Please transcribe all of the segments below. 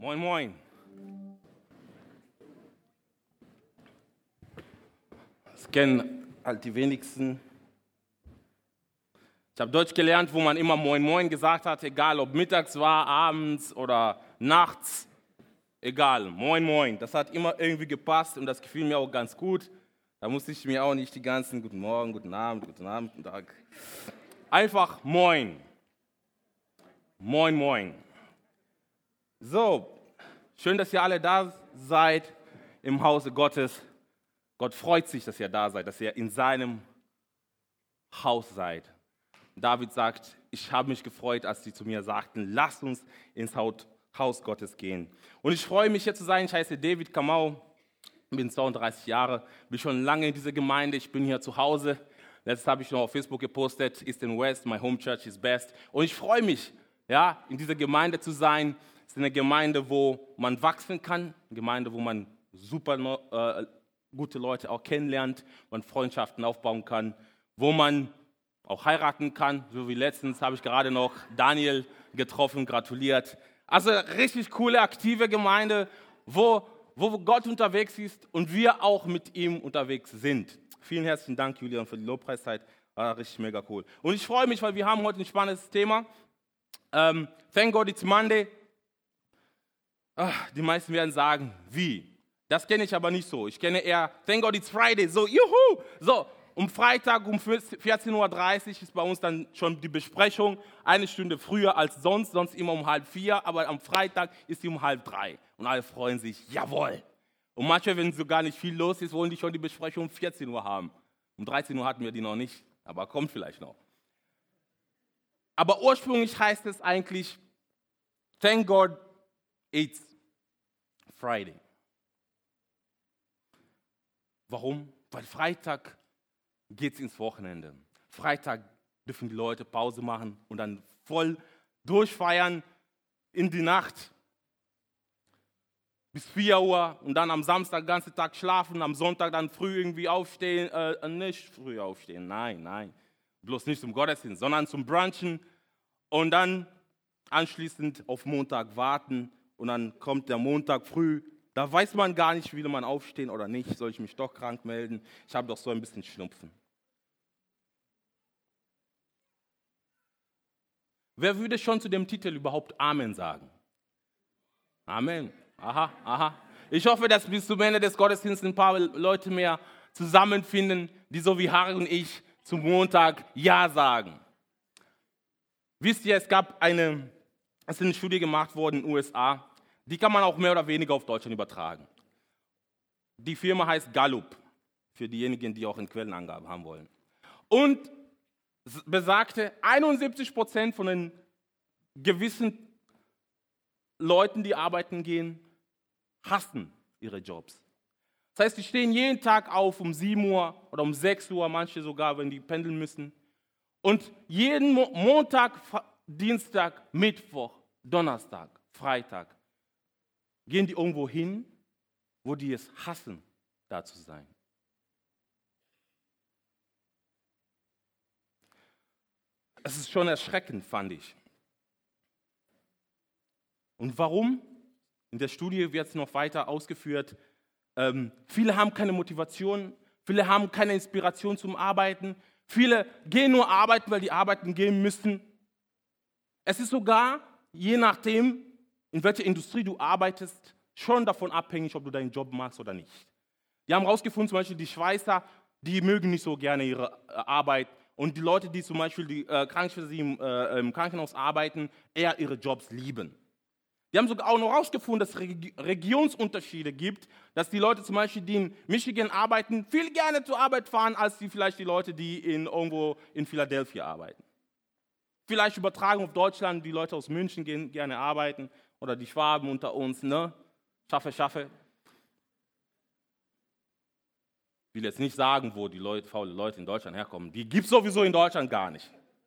Moin, moin. Das kennen halt die wenigsten. Ich habe Deutsch gelernt, wo man immer Moin, moin gesagt hat, egal ob mittags war, abends oder nachts, egal, Moin, moin. Das hat immer irgendwie gepasst und das gefiel mir auch ganz gut. Da musste ich mir auch nicht die ganzen Guten Morgen, guten Abend, guten Tag. Einfach Moin. Moin, moin. So, schön, dass ihr alle da seid im Hause Gottes. Gott freut sich, dass ihr da seid, dass ihr in seinem Haus seid. David sagt, ich habe mich gefreut, als sie zu mir sagten, lasst uns ins Haus Gottes gehen. Und ich freue mich, hier zu sein. Ich heiße David Kamau, bin 32 Jahre, bin schon lange in dieser Gemeinde. Ich bin hier zu Hause. Letztes habe ich noch auf Facebook gepostet, East and West, my home church is best. Und ich freue mich, ja, in dieser Gemeinde zu sein. Es ist eine Gemeinde, wo man wachsen kann, eine Gemeinde, wo man super gute Leute auch kennenlernt, man Freundschaften aufbauen kann, wo man auch heiraten kann. So wie letztens habe ich gerade noch Daniel getroffen, gratuliert. Also richtig coole, aktive Gemeinde, wo Gott unterwegs ist und wir auch mit ihm unterwegs sind. Vielen herzlichen Dank, Julian, für die Lobpreiszeit. War richtig mega cool. Und ich freue mich, weil wir haben heute ein spannendes Thema. Thank God it's Monday. Die meisten werden sagen, wie? Das kenne ich aber nicht so. Ich kenne eher Thank God it's Friday. So, juhu! So, um Freitag um 14.30 Uhr ist bei uns dann schon die Besprechung. Eine Stunde früher als sonst immer um 3:30. Aber am Freitag ist sie um 2:30. Und alle freuen sich, jawohl. Und manche, wenn so gar nicht viel los ist, wollen die schon die Besprechung um 14 Uhr haben. Um 13 Uhr hatten wir die noch nicht, aber kommt vielleicht noch. Aber ursprünglich heißt es eigentlich, Thank God it's Friday. Warum? Weil Freitag geht es ins Wochenende. Freitag dürfen die Leute Pause machen und dann voll durchfeiern in die Nacht bis 4 Uhr und dann am Samstag den ganzen Tag schlafen, am Sonntag dann früh irgendwie aufstehen, nicht früh aufstehen, nein, bloß nicht zum Gottesdienst, sondern zum Brunchen und dann anschließend auf Montag warten und dann kommt der Montag früh, da weiß man gar nicht, will man aufstehen oder nicht, soll ich mich doch krank melden, ich habe doch so ein bisschen Schnupfen. Wer würde schon zu dem Titel überhaupt Amen sagen? Amen. Aha. Ich hoffe, dass bis zum Ende des Gottesdienstes ein paar Leute mehr zusammenfinden, die so wie Harry und ich zum Montag Ja sagen. Wisst ihr, es ist eine Studie gemacht worden in den USA, die kann man auch mehr oder weniger auf Deutschland übertragen. Die Firma heißt Gallup, für diejenigen, die auch in Quellenangaben haben wollen. Und besagte, 71% von den gewissen Leuten, die arbeiten gehen, hassen ihre Jobs. Das heißt, die stehen jeden Tag auf um 7 Uhr oder um 6 Uhr, manche sogar, wenn die pendeln müssen. Und jeden Montag, Dienstag, Mittwoch, Donnerstag, Freitag gehen die irgendwo hin, wo die es hassen, da zu sein. Es ist schon erschreckend, fand ich. Und warum? In der Studie wird es noch weiter ausgeführt. Viele haben keine Motivation, viele haben keine Inspiration zum Arbeiten, viele gehen nur arbeiten, weil die arbeiten gehen müssen. Es ist sogar, je nachdem, in welcher Industrie du arbeitest, schon davon abhängig, ob du deinen Job magst oder nicht. Die haben herausgefunden, zum Beispiel die Schweißer, die mögen nicht so gerne ihre Arbeit. Und die Leute, die zum Beispiel die Krankenschwester im Krankenhaus arbeiten, eher ihre Jobs lieben. Die haben sogar auch noch herausgefunden, dass es Regionsunterschiede gibt, dass die Leute zum Beispiel, die in Michigan arbeiten, viel gerne zur Arbeit fahren, als vielleicht die Leute, die irgendwo in Philadelphia arbeiten. Vielleicht übertragen auf Deutschland, die Leute aus München gehen gerne arbeiten oder die Schwaben unter uns, ne? Schaffe. Ich will jetzt nicht sagen, wo die faule Leute in Deutschland herkommen. Die gibt es sowieso in Deutschland gar nicht.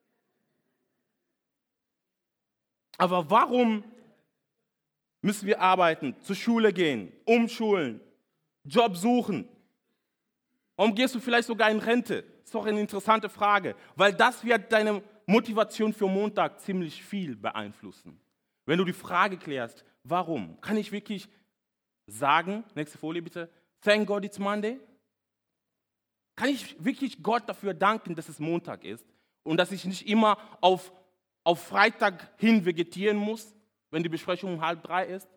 Aber warum müssen wir arbeiten, zur Schule gehen, umschulen, Job suchen? Warum gehst du vielleicht sogar in Rente? Das ist doch eine interessante Frage, weil das wird deine Motivation für Montag ziemlich viel beeinflussen. Wenn du die Frage klärst, Warum? Kann ich wirklich sagen, nächste Folie bitte, thank God it's Monday? Kann ich wirklich Gott dafür danken, dass es Montag ist und dass ich nicht immer auf Freitag hin vegetieren muss, wenn die Besprechung um 2:30 ist?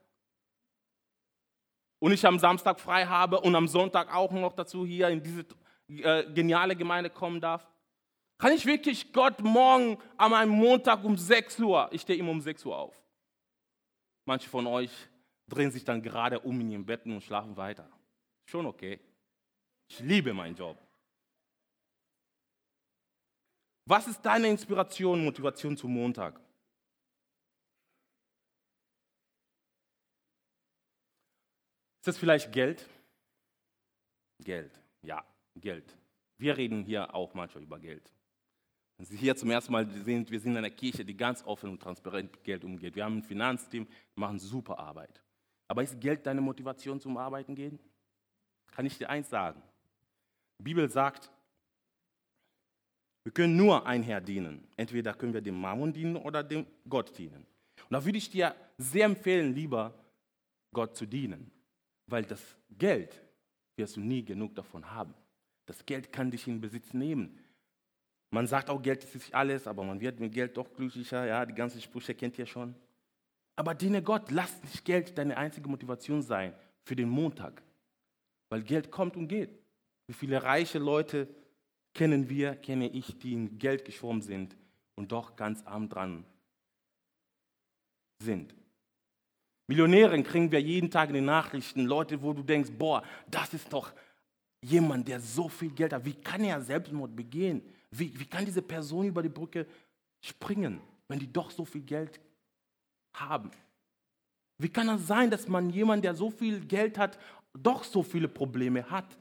Und ich am Samstag frei habe und am Sonntag auch noch dazu hier in diese geniale Gemeinde kommen darf? Kann ich wirklich Gott morgen an einem Montag um 6 Uhr, ich stehe immer um 6 Uhr auf. Manche von euch drehen sich dann gerade um in ihren Betten und schlafen weiter. Schon okay. Ich liebe meinen Job. Was ist deine Inspiration, Motivation zum Montag? Ist das vielleicht Geld? Geld, ja, Geld. Wir reden hier auch manchmal über Geld. Wenn Sie hier zum ersten Mal sehen, wir sind in einer Kirche, die ganz offen und transparent mit Geld umgeht. Wir haben ein Finanzteam, die machen super Arbeit. Aber ist Geld deine Motivation zum Arbeiten gehen? Kann ich dir eins sagen. Die Bibel sagt, wir können nur ein Herr dienen. Entweder können wir dem Mammon dienen oder dem Gott dienen. Und da würde ich dir sehr empfehlen, lieber Gott zu dienen. Weil das Geld wirst du nie genug davon haben. Das Geld kann dich in Besitz nehmen. Man sagt auch, Geld ist nicht alles, aber man wird mit Geld doch glücklicher. Ja, die ganzen Sprüche kennt ihr schon. Aber diene Gott, lass nicht Geld deine einzige Motivation sein für den Montag. Weil Geld kommt und geht. Wie viele reiche Leute kenne ich, die in Geld geschwommen sind und doch ganz arm dran sind. Millionäre kriegen wir jeden Tag in den Nachrichten, Leute, wo du denkst, boah, das ist doch jemand, der so viel Geld hat. Wie kann er Selbstmord begehen? Wie kann diese Person über die Brücke springen, wenn die doch so viel Geld haben? Wie kann es sein, dass man jemanden, der so viel Geld hat, doch so viele Probleme hat?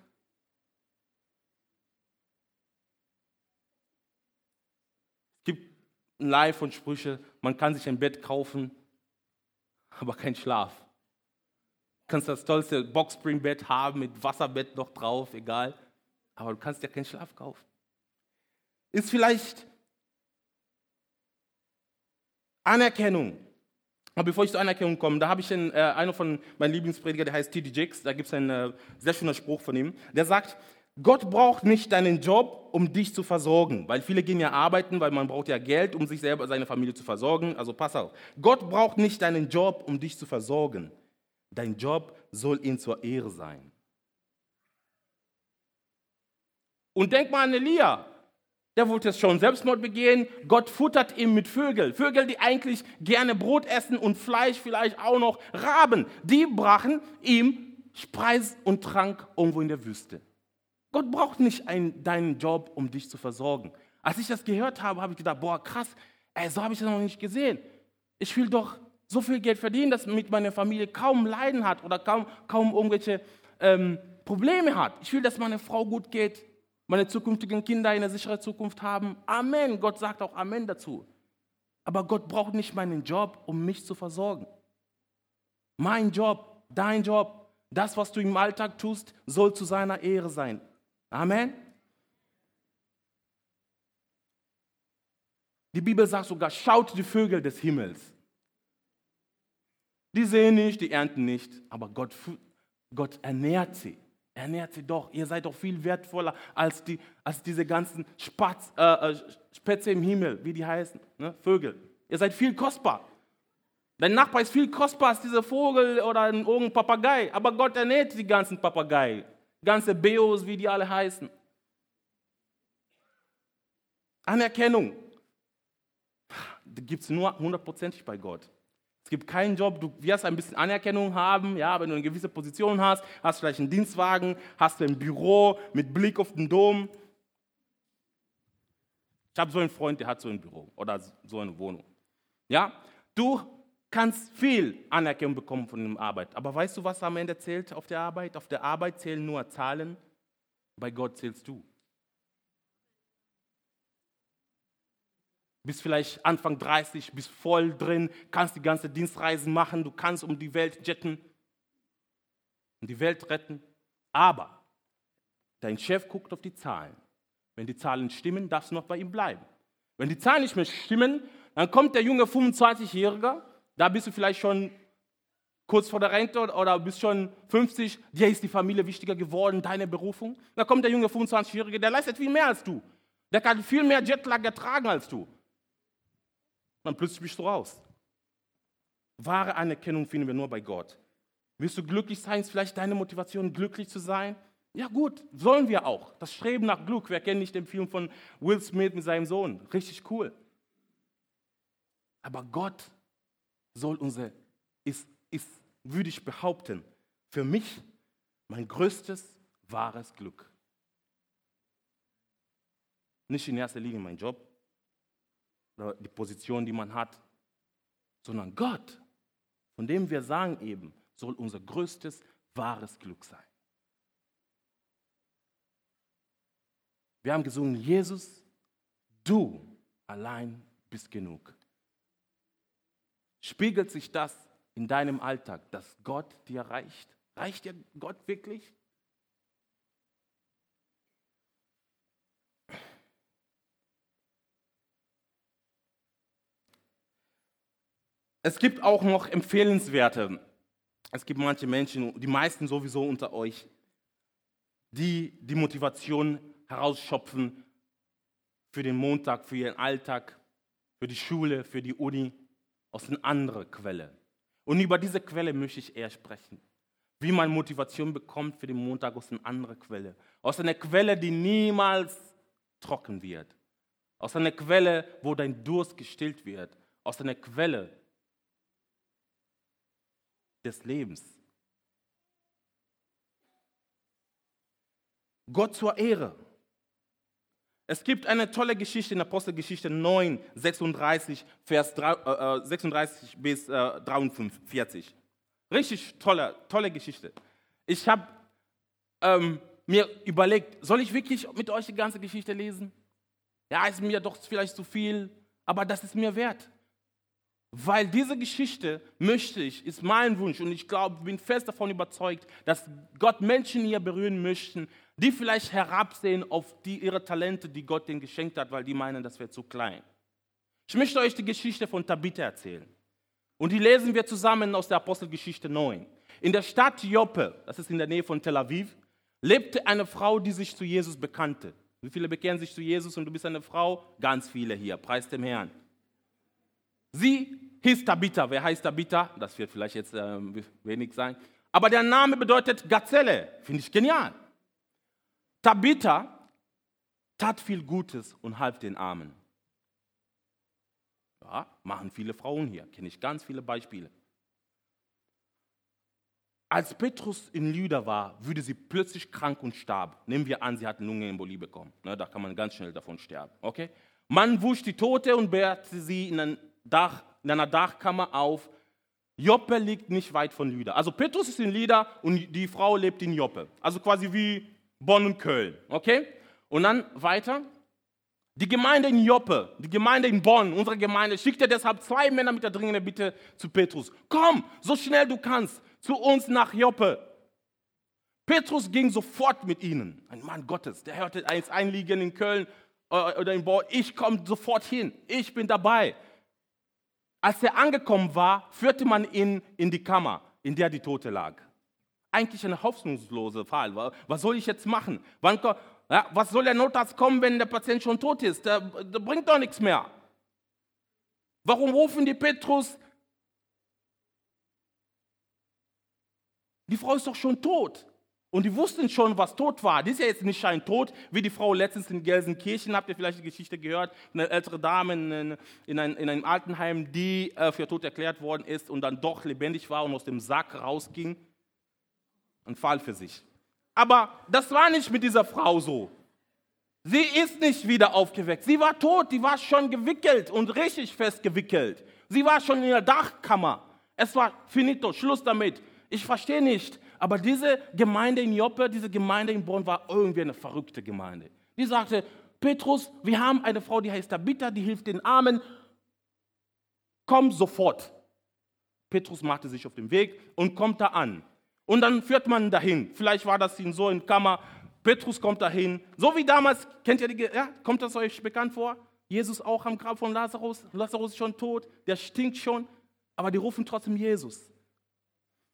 Es gibt ein Live von Sprüche, man kann sich ein Bett kaufen, aber kein Schlaf. Du kannst das tollste Boxspringbett haben, mit Wasserbett noch drauf, egal. Aber du kannst ja keinen Schlaf kaufen. Ist vielleicht Anerkennung. Aber bevor ich zur Anerkennung komme, da habe ich einer von meinen Lieblingsprediger, der heißt T.D. Jakes, da gibt es einen sehr schönen Spruch von ihm, der sagt, Gott braucht nicht deinen Job, um dich zu versorgen, weil viele gehen ja arbeiten, weil man braucht ja Geld, um sich selber, seine Familie zu versorgen, also pass auf. Gott braucht nicht deinen Job, um dich zu versorgen. Dein Job soll ihm zur Ehre sein. Und denk mal an Elia. Der wollte jetzt schon Selbstmord begehen. Gott futtert ihn mit Vögeln. Vögel, die eigentlich gerne Brot essen und Fleisch, vielleicht auch noch Raben. Die brachen ihm Speis und Trank irgendwo in der Wüste. Gott braucht nicht deinen Job, um dich zu versorgen. Als ich das gehört habe, habe ich gedacht, boah, krass, so habe ich das noch nicht gesehen. Ich will doch so viel Geld verdienen, dass mit meiner Familie kaum Leiden hat oder kaum irgendwelche Probleme hat. Ich will, dass meine Frau gut geht, meine zukünftigen Kinder eine sichere Zukunft haben. Amen. Gott sagt auch Amen dazu. Aber Gott braucht nicht meinen Job, um mich zu versorgen. Mein Job, dein Job, das, was du im Alltag tust, soll zu seiner Ehre sein. Amen. Die Bibel sagt sogar, schaut die Vögel des Himmels. Die sehen nicht, die ernten nicht, aber Gott ernährt sie. Ernährt sie doch. Ihr seid doch viel wertvoller als diese ganzen Spätze im Himmel, wie die heißen, ne? Vögel. Ihr seid viel kostbar. Dein Nachbar ist viel kostbar als dieser Vogel oder irgendein Papagei. Aber Gott ernährt die ganzen Papagei. Ganze Beos, wie die alle heißen. Anerkennung. Die gibt es nur 100%ig bei Gott. Es gibt keinen Job, du wirst ein bisschen Anerkennung haben, ja, wenn du eine gewisse Position hast, hast vielleicht einen Dienstwagen, hast du ein Büro mit Blick auf den Dom. Ich habe so einen Freund, der hat so ein Büro oder so eine Wohnung. Ja, du kannst viel Anerkennung bekommen von der Arbeit, aber weißt du, was am Ende zählt auf der Arbeit? Auf der Arbeit zählen nur Zahlen, bei Gott zählst du. Bist vielleicht Anfang 30, bist voll drin, kannst die ganze Dienstreisen machen, du kannst um die Welt jetten und die Welt retten. Aber dein Chef guckt auf die Zahlen. Wenn die Zahlen stimmen, darfst du noch bei ihm bleiben. Wenn die Zahlen nicht mehr stimmen, dann kommt der junge 25-Jährige, da bist du vielleicht schon kurz vor der Rente oder bist schon 50, dir ist die Familie wichtiger geworden, deine Berufung. Da kommt der junge 25-Jährige, der leistet viel mehr als du. Der kann viel mehr Jetlag ertragen als du. Dann plötzlich bist du raus. Wahre Anerkennung finden wir nur bei Gott. Willst du glücklich sein? Ist vielleicht deine Motivation, glücklich zu sein? Ja gut, sollen wir auch. Das Streben nach Glück. Wer kennt nicht den Film von Will Smith mit seinem Sohn? Richtig cool. Aber Gott ist, würde ich behaupten, für mich mein größtes, wahres Glück. Nicht in erster Linie mein Job oder die Position, die man hat, sondern Gott, von dem wir sagen eben, soll unser größtes, wahres Glück sein. Wir haben gesungen, Jesus, du allein bist genug. Spiegelt sich das in deinem Alltag, dass Gott dir reicht? Reicht dir Gott wirklich? Es gibt auch noch empfehlenswerte. Es gibt manche Menschen, die meisten sowieso unter euch, die die Motivation herausschöpfen für den Montag, für ihren Alltag, für die Schule, für die Uni, aus einer anderen Quelle. Und über diese Quelle möchte ich eher sprechen. Wie man Motivation bekommt für den Montag aus einer anderen Quelle. Aus einer Quelle, die niemals trocken wird. Aus einer Quelle, wo dein Durst gestillt wird. Aus einer Quelle des Lebens. Gott zur Ehre. Es gibt eine tolle Geschichte in Apostelgeschichte 9, 36, Vers 36 bis 43. Richtig tolle Geschichte. Ich habe mir überlegt, soll ich wirklich mit euch die ganze Geschichte lesen? Ja, ist mir doch vielleicht zu viel, aber das ist mir wert. Weil diese Geschichte ist mein Wunsch und ich bin fest davon überzeugt, dass Gott Menschen hier berühren möchten, die vielleicht herabsehen auf ihre Talente, die Gott denen geschenkt hat, weil die meinen, das wäre zu klein. Ich möchte euch die Geschichte von Tabitha erzählen. Und die lesen wir zusammen aus der Apostelgeschichte 9. In der Stadt Joppe, das ist in der Nähe von Tel Aviv, lebte eine Frau, die sich zu Jesus bekannte. Wie viele bekehren sich zu Jesus und du bist eine Frau? Ganz viele hier, preis dem Herrn. Sie hieß Tabitha. Wer heißt Tabitha? Das wird vielleicht jetzt wenig sein. Aber der Name bedeutet Gazelle. Finde ich genial. Tabitha tat viel Gutes und half den Armen. Ja, machen viele Frauen hier. Kenne ich ganz viele Beispiele. Als Petrus in Lydda war, wurde sie plötzlich krank und starb. Nehmen wir an, sie hat eine Lungenembolie bekommen. Da kann man ganz schnell davon sterben. Okay? Man wusch die Tote und beerdigte sie in einer Dachkammer auf. Joppe liegt nicht weit von Lydda. Also Petrus ist in Lydda und die Frau lebt in Joppe. Also quasi wie Bonn und Köln. Okay? Und dann weiter. Die Gemeinde in Joppe, die Gemeinde in Bonn, unsere Gemeinde, schickte deshalb 2 Männer mit der dringenden Bitte zu Petrus. Komm, so schnell du kannst, zu uns nach Joppe. Petrus ging sofort mit ihnen. Ein Mann Gottes, der hörte eins Einliegen in Köln oder in Bonn. Ich komme sofort hin, ich bin dabei. Als er angekommen war, führte man ihn in die Kammer, in der die Tote lag. Eigentlich ein hoffnungsloser Fall. Was soll ich jetzt machen? Was soll der Notarzt kommen, wenn der Patient schon tot ist? Der bringt doch nichts mehr. Warum rufen die Petrus? Die Frau ist doch schon tot. Und die wussten schon, was tot war. Die ist ja jetzt nicht scheintot, wie die Frau letztens in Gelsenkirchen, habt ihr vielleicht die Geschichte gehört, eine ältere Dame in einem Altenheim, die für tot erklärt worden ist und dann doch lebendig war und aus dem Sack rausging. Ein Fall für sich. Aber das war nicht mit dieser Frau so. Sie ist nicht wieder aufgeweckt. Sie war tot, die war schon gewickelt und richtig fest gewickelt. Sie war schon in der Dachkammer. Es war finito, Schluss damit. Ich verstehe nicht, aber diese Gemeinde in Joppe, diese Gemeinde in Bonn war irgendwie eine verrückte Gemeinde. Die sagte, Petrus, wir haben eine Frau, die heißt Tabitha, die hilft den Armen. Komm sofort. Petrus machte sich auf den Weg und kommt da an. Und dann führt man dahin. Vielleicht war das in so einer Kammer. Petrus kommt dahin. So wie damals, kennt ihr kommt das euch bekannt vor? Jesus auch am Grab von Lazarus. Lazarus ist schon tot, der stinkt schon. Aber die rufen trotzdem Jesus.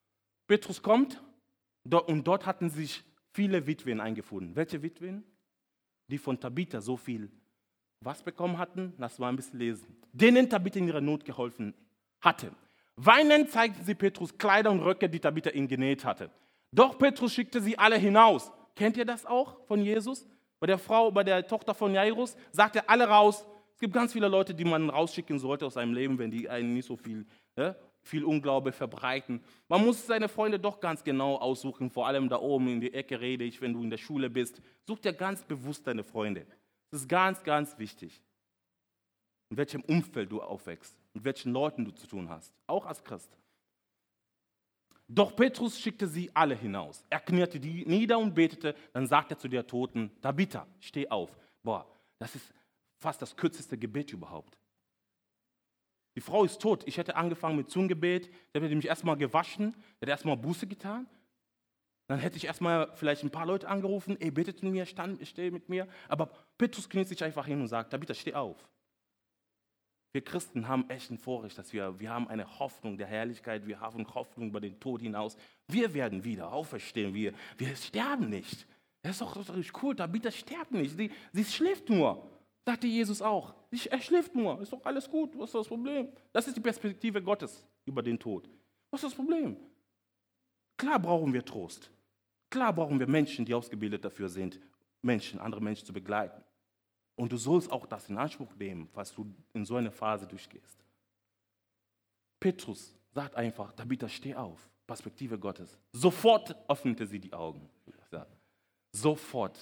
Petrus kommt und dort hatten sich viele Witwen eingefunden. Welche Witwen? Die von Tabitha so viel was bekommen hatten, lass mal ein bisschen lesen. Denen Tabitha in ihrer Not geholfen hatte. Weinend zeigten sie Petrus Kleider und Röcke, die Tabitha ihnen genäht hatte. Doch Petrus schickte sie alle hinaus. Kennt ihr das auch von Jesus? Bei der Tochter von Jairus, sagt er alle raus. Es gibt ganz viele Leute, die man rausschicken sollte aus seinem Leben, wenn die einen nicht so viel Unglaube verbreiten. Man muss seine Freunde doch ganz genau aussuchen, vor allem da oben in die Ecke rede ich, wenn du in der Schule bist. Such dir ganz bewusst deine Freunde. Das ist ganz, ganz wichtig, in welchem Umfeld du aufwächst, mit welchen Leuten du zu tun hast, auch als Christ. Doch Petrus schickte sie alle hinaus. Er kniete die nieder und betete, dann sagte er zu der Toten, Tabitha, steh auf. Boah, das ist fast das kürzeste Gebet überhaupt. Die Frau ist tot. Ich hätte angefangen mit Zungengebet, dann hätte ich mich erstmal gewaschen, hätte erstmal Buße getan. Dann hätte ich erstmal vielleicht ein paar Leute angerufen, betet mit mir, steh mit mir. Aber Petrus kniet sich einfach hin und sagt, Tabitha, steh auf. Wir Christen haben echt ein Vorrecht, dass wir haben eine Hoffnung der Herrlichkeit, wir haben Hoffnung über den Tod hinaus. Wir werden wieder auferstehen, wir sterben nicht. Das ist doch cool, Tabitha stirbt nicht, sie schläft nur, sagte Jesus auch. Er schläft nur, ist doch alles gut, was ist das Problem? Das ist die Perspektive Gottes über den Tod. Was ist das Problem? Klar brauchen wir Trost. Klar brauchen wir Menschen, die ausgebildet dafür sind, andere Menschen zu begleiten. Und du sollst auch das in Anspruch nehmen, falls du in so eine Phase durchgehst. Petrus sagt einfach, Tabitha, steh auf. Perspektive Gottes. Sofort öffnete sie die Augen. Sofort.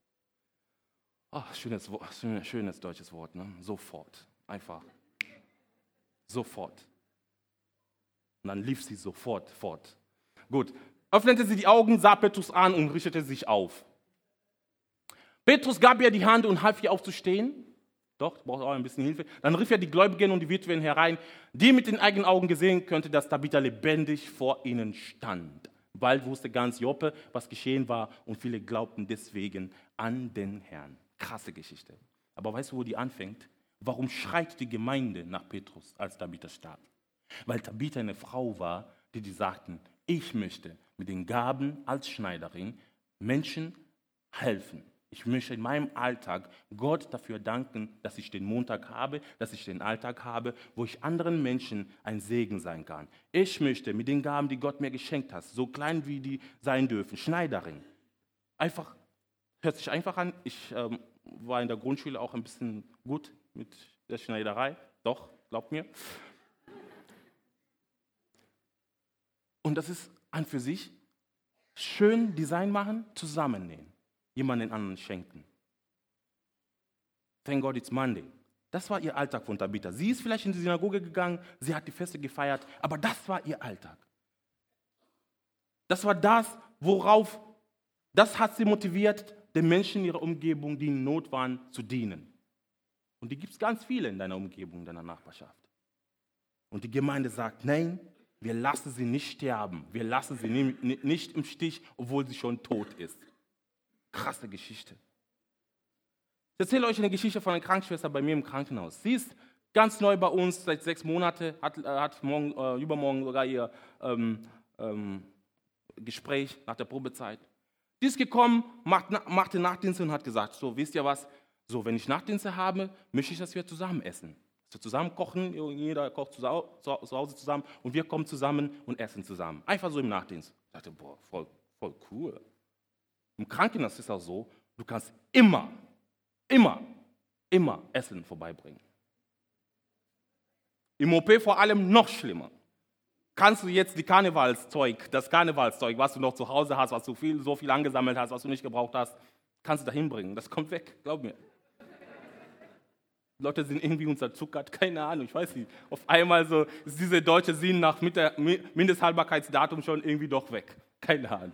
Schönes deutsches Wort, ne? Sofort. Einfach. Sofort. Und dann lief sie sofort fort. Gut. Öffnete sie die Augen, sah Petrus an und richtete sich auf. Petrus gab ihr die Hand und half ihr aufzustehen. Doch, braucht auch ein bisschen Hilfe. Dann rief er die Gläubigen und die Witwen herein, die mit den eigenen Augen gesehen könnte, dass Tabitha lebendig vor ihnen stand. Bald wusste ganz Joppe, was geschehen war, und viele glaubten deswegen an den Herrn. Krasse Geschichte. Aber weißt du, wo die anfängt? Warum schreit die Gemeinde nach Petrus, als Tabitha starb? Weil Tabitha eine Frau war, die sagten, ich möchte mit den Gaben als Schneiderin Menschen helfen. Ich möchte in meinem Alltag Gott dafür danken, dass ich den Montag habe, dass ich den Alltag habe, wo ich anderen Menschen ein Segen sein kann. Ich möchte mit den Gaben, die Gott mir geschenkt hat, so klein wie die sein dürfen, Schneiderin. Hört sich einfach an. Ich war in der Grundschule auch ein bisschen gut mit der Schneiderei. Doch, glaubt mir. Und das ist an für sich schön Design machen, zusammennähen. Jemanden anderen schenken. Thank God it's Monday. Das war ihr Alltag von Tabitha. Sie ist vielleicht in die Synagoge gegangen, sie hat die Feste gefeiert, aber das war ihr Alltag. Das war das hat sie motiviert, den Menschen in ihrer Umgebung, die in Not waren, zu dienen. Und die gibt es ganz viele in deiner Umgebung, in deiner Nachbarschaft. Und die Gemeinde sagt, nein, wir lassen sie nicht sterben. Wir lassen sie nicht im Stich, obwohl sie schon tot ist. Krasse Geschichte. Ich erzähle euch eine Geschichte von einer Krankenschwester bei mir im Krankenhaus. Sie ist ganz neu bei uns, seit 6 Monaten, hat übermorgen sogar ihr Gespräch nach der Probezeit. Sie ist gekommen, machte Nachtdienste und hat gesagt, so, wisst ihr was, so, wenn ich Nachtdienste habe, möchte ich, dass wir zusammen essen. Dass wir zusammen kochen, jeder kocht zu Hause zusammen und wir kommen zusammen und essen zusammen. Einfach so im Nachtdienst. Ich dachte, boah, voll cool. Im Krankenhaus ist es auch so, du kannst immer Essen vorbeibringen. Im OP vor allem noch schlimmer. Kannst du jetzt das Karnevalszeug, was du noch zu Hause hast, was du so viel angesammelt hast, was du nicht gebraucht hast, kannst du da hinbringen. Das kommt weg, glaub mir. Die Leute sind irgendwie unterzuckert, keine Ahnung, ich weiß nicht. Auf einmal so ist diese deutsche Sinn nach Mindesthaltbarkeitsdatum schon irgendwie doch weg. Keine Ahnung.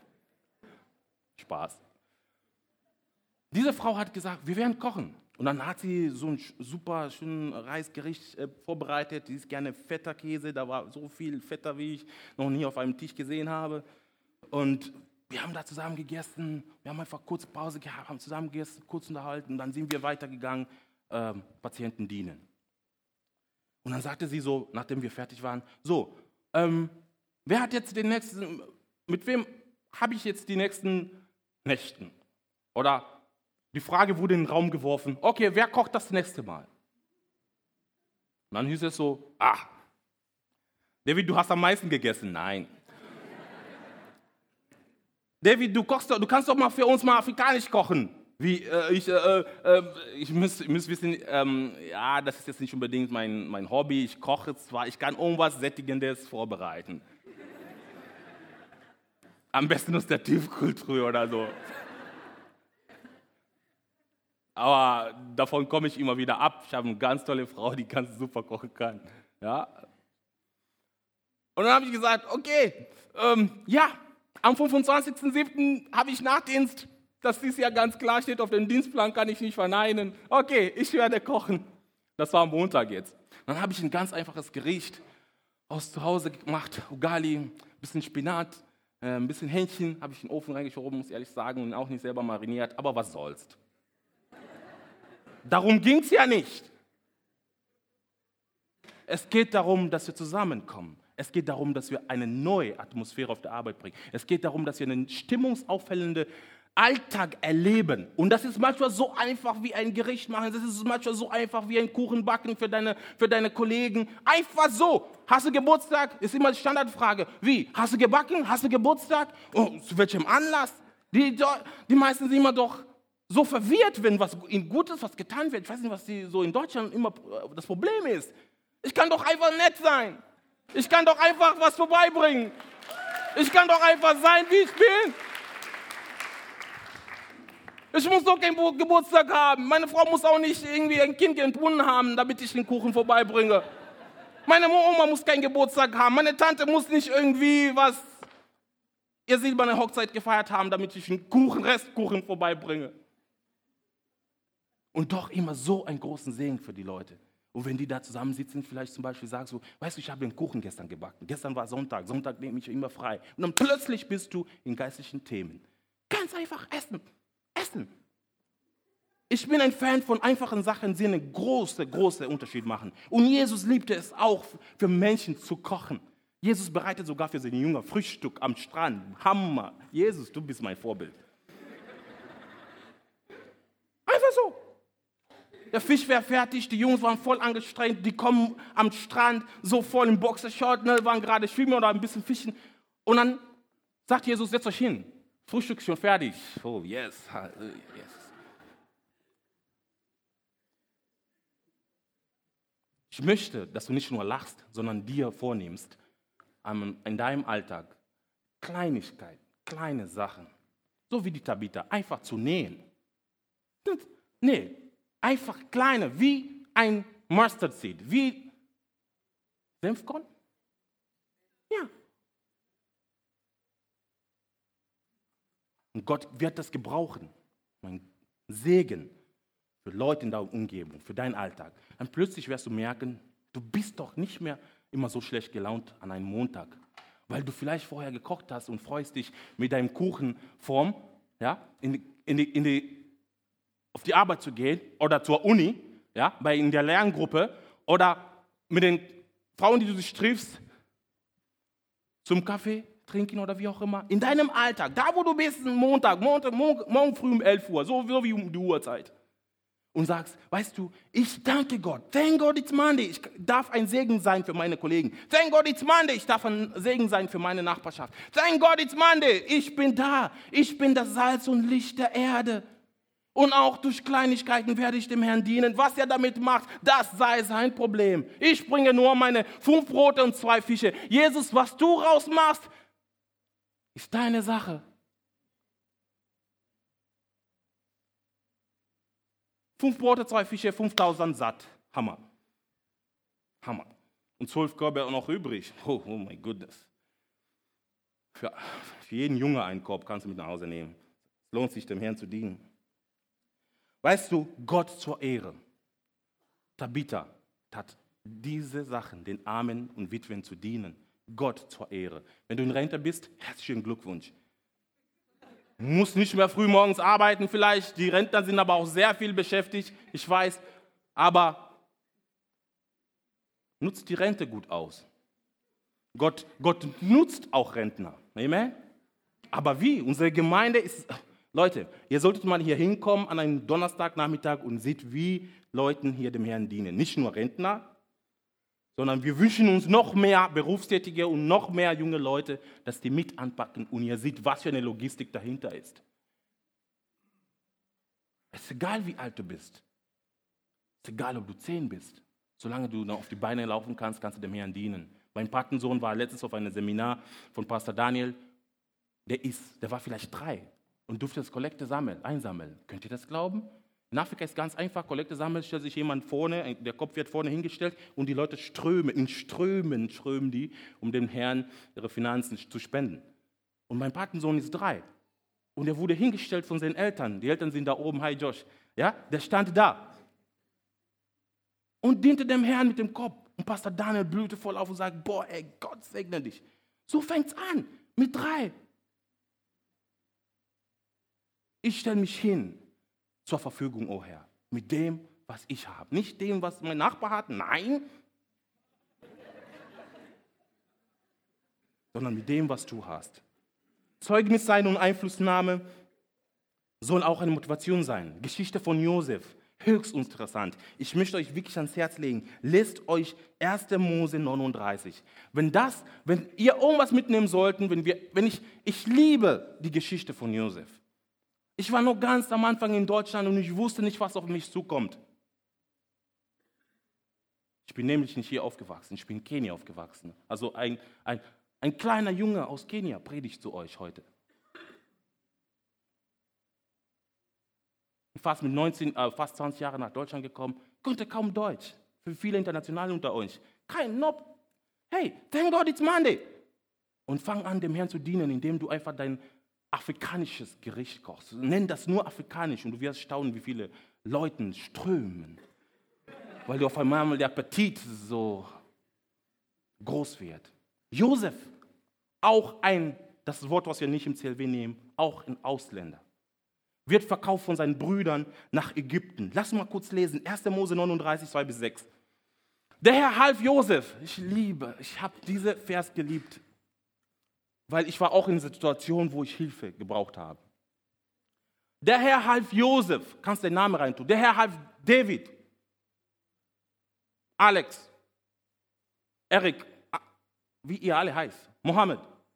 Spaß. Diese Frau hat gesagt, wir werden kochen. Und dann hat sie so ein super schönes Reisgericht vorbereitet. Die ist gerne fetter Käse. Da war so viel fetter, wie ich noch nie auf einem Tisch gesehen habe. Und wir haben da zusammen gegessen. Wir haben einfach kurz Pause gehabt, haben zusammen gegessen, kurz unterhalten. Dann sind wir weitergegangen, Patienten dienen. Und dann sagte sie so, nachdem wir fertig waren, so, wer hat jetzt den nächsten, mit wem habe ich jetzt die nächsten Nächten? Oder die Frage wurde in den Raum geworfen, okay, wer kocht das nächste Mal? Und dann hieß es so, David, du hast am meisten gegessen. Nein. David, du kannst doch mal für uns mal afrikanisch kochen. Ich muss wissen, das ist jetzt nicht unbedingt mein Hobby, ich koche zwar, ich kann irgendwas Sättigendes vorbereiten. Am besten aus der Tiefkühltruhe oder so. Aber davon komme ich immer wieder ab. Ich habe eine ganz tolle Frau, die ganz super kochen kann. Ja. Und dann habe ich gesagt, okay, am 25.07. habe ich Nachtdienst. Das ist ja ganz klar, steht auf dem Dienstplan, kann ich nicht verneinen. Okay, ich werde kochen. Das war am Montag jetzt. Dann habe ich ein ganz einfaches Gericht aus zu Hause gemacht. Ugali, ein bisschen Spinat, ein bisschen Hähnchen, habe ich in den Ofen reingeschoben, muss ich ehrlich sagen, und auch nicht selber mariniert. Aber was soll's. Darum ging es ja nicht. Es geht darum, dass wir zusammenkommen. Es geht darum, dass wir eine neue Atmosphäre auf der Arbeit bringen. Es geht darum, dass wir einen stimmungsauffällenden Alltag erleben. Und das ist manchmal so einfach wie ein Gericht machen. Das ist manchmal so einfach wie ein Kuchen backen für deine Kollegen. Einfach so. Hast du Geburtstag? Ist immer die Standardfrage. Wie? Hast du gebacken? Hast du Geburtstag? Oh, zu welchem Anlass? Die meisten sind immer doch so verwirrt, wenn was Gutes, was getan wird. Ich weiß nicht, was so in Deutschland immer das Problem ist. Ich kann doch einfach nett sein. Ich kann doch einfach was vorbeibringen. Ich kann doch einfach sein, wie ich bin. Ich muss doch keinen Geburtstag haben. Meine Frau muss auch nicht irgendwie ein Kind entbunden haben, damit ich den Kuchen vorbeibringe. Meine Oma muss keinen Geburtstag haben. Meine Tante muss nicht irgendwie ihr silberne Hochzeit gefeiert haben, damit ich einen Restkuchen vorbeibringe. Und doch immer so einen großen Segen für die Leute. Und wenn die da zusammensitzen, vielleicht zum Beispiel sagst du, weißt du, ich habe den Kuchen gestern gebacken. Gestern war Sonntag. Sonntag nehme ich immer frei. Und dann plötzlich bist du in geistlichen Themen. Ganz einfach essen. Essen. Ich bin ein Fan von einfachen Sachen, die einen großen Unterschied machen. Und Jesus liebte es auch, für Menschen zu kochen. Jesus bereitet sogar für seine Jünger Frühstück am Strand. Hammer. Jesus, du bist mein Vorbild. Einfach so. Der Fisch wäre fertig, die Jungs waren voll angestrengt, die kommen am Strand so voll im Boxershort, waren gerade schwimmen oder ein bisschen fischen. Und dann sagt Jesus, setzt euch hin, Frühstück ist schon fertig. Oh, yes. Ich möchte, dass du nicht nur lachst, sondern dir vornimmst, in deinem Alltag Kleinigkeiten, kleine Sachen, so wie die Tabitha, einfach zu nähen. Einfach kleine, wie ein Mustard Seed, wie Senfkorn. Ja. Und Gott wird das gebrauchen. Ein Segen für Leute in deiner Umgebung, für deinen Alltag. Dann plötzlich wirst du merken, du bist doch nicht mehr immer so schlecht gelaunt an einem Montag, weil du vielleicht vorher gekocht hast und freust dich mit deinem Kuchenform, ja, auf die Arbeit zu gehen oder zur Uni, ja, in der Lerngruppe oder mit den Frauen, die du dich triffst, zum Kaffee trinken oder wie auch immer. In deinem Alltag, da wo du bist, morgen früh um 11 Uhr, so wie um die Uhrzeit. Und sagst, weißt du, ich danke Gott. Thank God it's Monday. Ich darf ein Segen sein für meine Kollegen. Thank God it's Monday. Ich darf ein Segen sein für meine Nachbarschaft. Thank God it's Monday. Ich bin da. Ich bin das Salz und Licht der Erde. Und auch durch Kleinigkeiten werde ich dem Herrn dienen. Was er damit macht, das sei sein Problem. Ich bringe nur meine 5 Brote und 2 Fische. Jesus, was du rausmachst, ist deine Sache. 5 Brote, 2 Fische, 5000 satt. Hammer. Hammer. Und 12 Körbe auch noch übrig. Oh my goodness. Für jeden Junge einen Korb kannst du mit nach Hause nehmen. Es lohnt sich, dem Herrn zu dienen. Weißt du, Gott zur Ehre. Tabitha tat diese Sachen, den Armen und Witwen zu dienen. Gott zur Ehre. Wenn du in Rente bist, herzlichen Glückwunsch. Du musst nicht mehr früh morgens arbeiten vielleicht. Die Rentner sind aber auch sehr viel beschäftigt, ich weiß. Aber nutzt die Rente gut aus. Gott nutzt auch Rentner. Amen? Aber wie? Unsere Gemeinde ist... Leute, ihr solltet mal hier hinkommen an einem Donnerstagnachmittag und seht, wie Leute hier dem Herrn dienen. Nicht nur Rentner, sondern wir wünschen uns noch mehr Berufstätige und noch mehr junge Leute, dass die mit anpacken und ihr seht, was für eine Logistik dahinter ist. Es ist egal, wie alt du bist. Es ist egal, ob du 10 bist. Solange du noch auf die Beine laufen kannst, kannst du dem Herrn dienen. Mein Patensohn war letztens auf einem Seminar von Pastor Daniel. Der war vielleicht 3 und durfte das Kollekte einsammeln. Könnt ihr das glauben? In Afrika ist es ganz einfach, Kollekte sammeln, stellt sich jemand vorne, der Kopf wird vorne hingestellt und die Leute strömen die, um dem Herrn ihre Finanzen zu spenden. Und mein Patensohn ist 3 und er wurde hingestellt von seinen Eltern. Die Eltern sind da oben, hi Josh. Ja, der stand da und diente dem Herrn mit dem Kopf. Und Pastor Daniel blühte voll auf und sagt, boah, ey, Gott segne dich. So fängt es an, mit 3. Ich stelle mich hin zur Verfügung, oh Herr, mit dem, was ich habe. Nicht dem, was mein Nachbar hat, nein, sondern mit dem, was du hast. Zeugnis sein und Einflussnahme soll auch eine Motivation sein. Geschichte von Josef, höchst interessant. Ich möchte euch wirklich ans Herz legen, lest euch 1. Mose 39. Wenn ihr irgendwas mitnehmen sollten, ich liebe die Geschichte von Josef. Ich war noch ganz am Anfang in Deutschland und ich wusste nicht, was auf mich zukommt. Ich bin nämlich nicht hier aufgewachsen, ich bin in Kenia aufgewachsen. Also ein kleiner Junge aus Kenia predigt zu euch heute. Fast mit 20 Jahren nach Deutschland gekommen, konnte kaum Deutsch. Für viele Internationale unter euch. Kein Nob. Hey, thank God it's Monday. Und fang an, dem Herrn zu dienen, indem du einfach dein afrikanisches Gericht kochst. Nenn das nur afrikanisch und du wirst staunen, wie viele Leute strömen. Weil du auf einmal der Appetit so groß wird. Josef, das Wort, was wir nicht im CLW nehmen, auch ein Ausländer. Wird verkauft von seinen Brüdern nach Ägypten. Lass mal kurz lesen, 1. Mose 39, 2-6. Der Herr half Josef. Ich habe diesen Vers geliebt, weil ich war auch in einer Situation, wo ich Hilfe gebraucht habe. Der Herr half Josef, kannst du den Namen reintun. Der Herr half David, Alex, Eric, wie ihr alle heißt, Mohammed.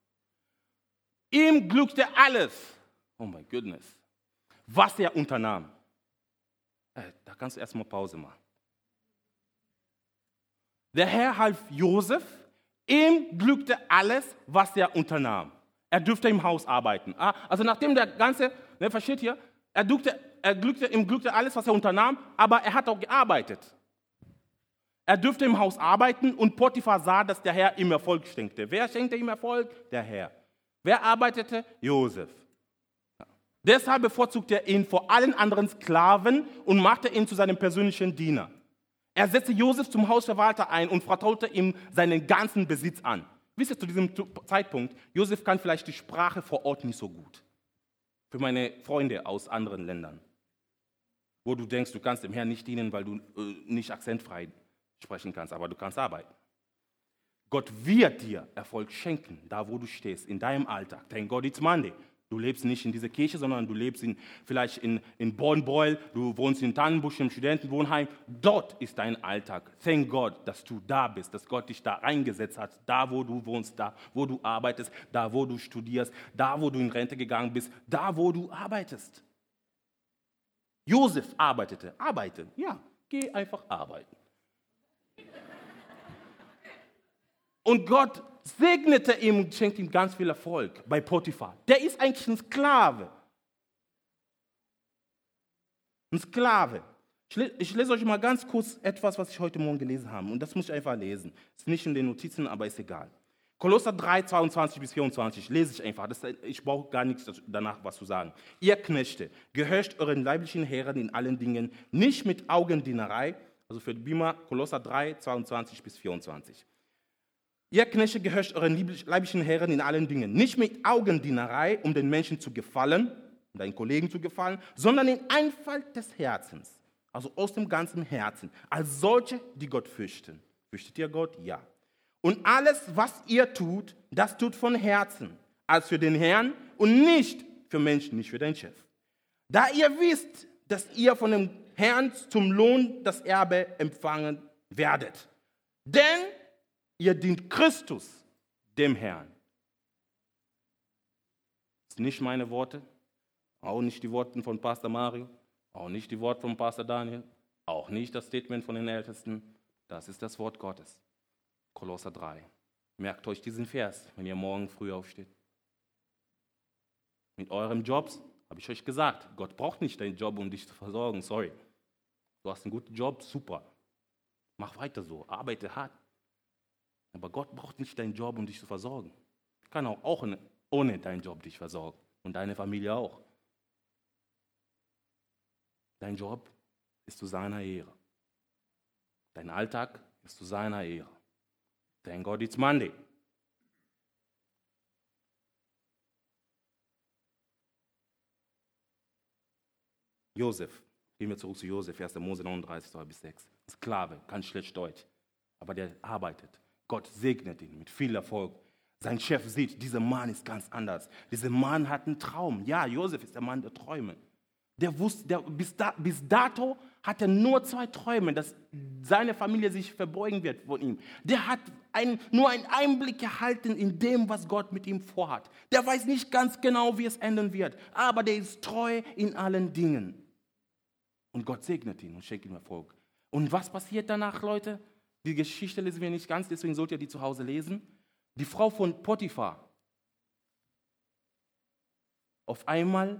Ihm glückte alles. Oh my goodness. Was er unternahm. Da kannst du erstmal Pause machen. Der Herr half Josef, ihm glückte alles, was er unternahm. Er dürfte im Haus arbeiten. Also nachdem der ganze, versteht ihr, ihm glückte alles, was er unternahm, aber er hat auch gearbeitet. Er dürfte im Haus arbeiten und Potiphar sah, dass der Herr ihm Erfolg schenkte. Wer schenkte ihm Erfolg? Der Herr. Wer arbeitete? Josef. Deshalb bevorzugte er ihn vor allen anderen Sklaven und machte ihn zu seinem persönlichen Diener. Er setzte Josef zum Hausverwalter ein und vertraute ihm seinen ganzen Besitz an. Wisst ihr, zu diesem Zeitpunkt, Josef kann vielleicht die Sprache vor Ort nicht so gut. Für meine Freunde aus anderen Ländern, wo du denkst, du kannst dem Herrn nicht dienen, weil du nicht akzentfrei sprechen kannst, aber du kannst arbeiten. Gott wird dir Erfolg schenken, da wo du stehst, in deinem Alltag. Thank God it's Monday. Du lebst nicht in dieser Kirche, sondern du lebst vielleicht in Bornbeul, du wohnst in Tannenbusch im Studentenwohnheim. Dort ist dein Alltag. Thank God, dass du da bist, dass Gott dich da eingesetzt hat, da wo du wohnst, da wo du arbeitest, da wo du studierst, da wo du in Rente gegangen bist, da wo du arbeitest. Josef arbeite, ja, geh einfach arbeiten. Und Gott segnete ihm und schenkte ihm ganz viel Erfolg bei Potiphar. Der ist eigentlich ein Sklave. Ein Sklave. Ich lese euch mal ganz kurz etwas, was ich heute Morgen gelesen habe. Und das muss ich einfach lesen. Ist nicht in den Notizen, aber ist egal. Kolosser 3, 22-24 lese ich einfach. Ich brauche gar nichts danach was zu sagen. Ihr Knechte, gehorcht euren leiblichen Herren in allen Dingen, nicht mit Augendienerei. Also für die Bima, Kolosser 3, 22-24. Ihr Knechte, gehorcht euren leiblichen Herren in allen Dingen, nicht mit Augendienerei, um den Menschen zu gefallen, um deinen Kollegen zu gefallen, sondern in Einfalt des Herzens, also aus dem ganzen Herzen, als solche, die Gott fürchten. Fürchtet ihr Gott? Ja. Und alles, was ihr tut, das tut von Herzen, als für den Herrn und nicht für Menschen, nicht für den Chef. Da ihr wisst, dass ihr von dem Herrn zum Lohn das Erbe empfangen werdet. Denn ihr dient Christus, dem Herrn. Das sind nicht meine Worte, auch nicht die Worte von Pastor Mario, auch nicht die Worte von Pastor Daniel, auch nicht das Statement von den Ältesten. Das ist das Wort Gottes. Kolosser 3. Merkt euch diesen Vers, wenn ihr morgen früh aufsteht. Mit eurem Jobs, habe ich euch gesagt, Gott braucht nicht deinen Job, um dich zu versorgen, sorry. Du hast einen guten Job, super. Mach weiter so, arbeite hart. Aber Gott braucht nicht deinen Job, um dich zu versorgen. Er kann auch ohne deinen Job dich versorgen und deine Familie auch. Dein Job ist zu seiner Ehre. Dein Alltag ist zu seiner Ehre. Thank God it's Monday. Josef, gehen wir zurück zu Josef, 1. Mose 39, 2-6. Sklave, kann schlecht Deutsch, aber der arbeitet. Gott segnet ihn mit viel Erfolg. Sein Chef sieht, dieser Mann ist ganz anders. Dieser Mann hat einen Traum. Ja, Josef ist der Mann der Träume. Der wusste, bis dato hat er nur 2 Träume, dass seine Familie sich verbeugen wird von ihm. Der hat nur einen Einblick erhalten in dem, was Gott mit ihm vorhat. Der weiß nicht ganz genau, wie es enden wird, aber der ist treu in allen Dingen. Und Gott segnet ihn und schenkt ihm Erfolg. Und was passiert danach, Leute? Die Geschichte lesen wir nicht ganz, deswegen sollt ihr die zu Hause lesen. Die Frau von Potiphar, auf einmal